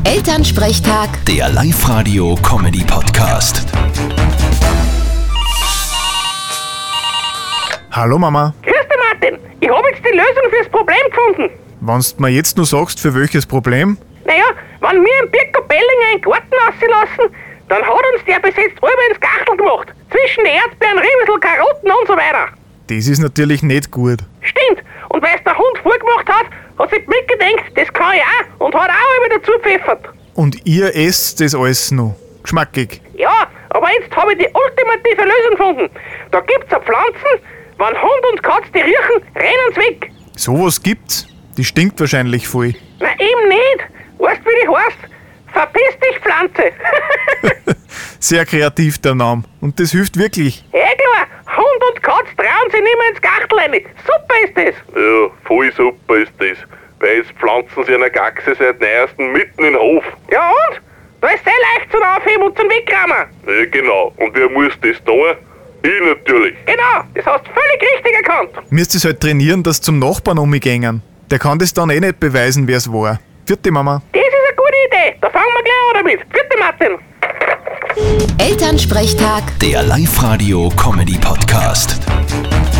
Elternsprechtag, Der Live-Radio-Comedy-Podcast. Hallo Mama, Grüß dich, Martin. Ich habe jetzt die Lösung fürs Problem gefunden. wenn's mir jetzt nur sagst, für welches Problem? Naja, wenn wir einen Birko Bellinger in den Garten rauslassen, dann hat uns der bis jetzt rüber ins Gachtel gemacht. Zwischen die Erdbeeren, Riemsel, Karotten und so weiter. Das ist natürlich nicht gut. Stimmt. Und weil es der Hund vorgemacht hat, hat sich mitgedenkt, das kann ich auch und hat auch wieder zugepfeffert. Und ihr esst das alles noch. Geschmackig. Ja, aber jetzt habe ich die ultimative Lösung gefunden. Da gibt's eine Pflanzen, wenn Hund und Katz die riechen, rennen sie weg. Sowas gibt's? Die stinkt wahrscheinlich voll. Na eben nicht. Weißt du, wie die heißt? Verpiss dich, Pflanze. Sehr kreativ der Name. Und das hilft wirklich. Klar, Hund und Katz trauen sich nicht mehr ins Gachtel rein. Super ist das. Ja, voll super ist das. Weil jetzt pflanzen sie eine Gaxe seit neuestem mitten in den Hof. Ja und? Da ist sehr leicht zum Aufheben und zum Wegrammen. Ja, genau. Und wer muss das tun? Ich natürlich. Genau, das hast du völlig richtig erkannt. Müsst ihr halt trainieren, dass zum Nachbarn umgängen. Der kann das dann eh nicht beweisen, wer's war. Vierte Mama. Das ist eine gute Idee. Da fangen wir gleich an damit. Bitte, Martin. Elternsprechtag. Der Live-Radio-Comedy-Podcast.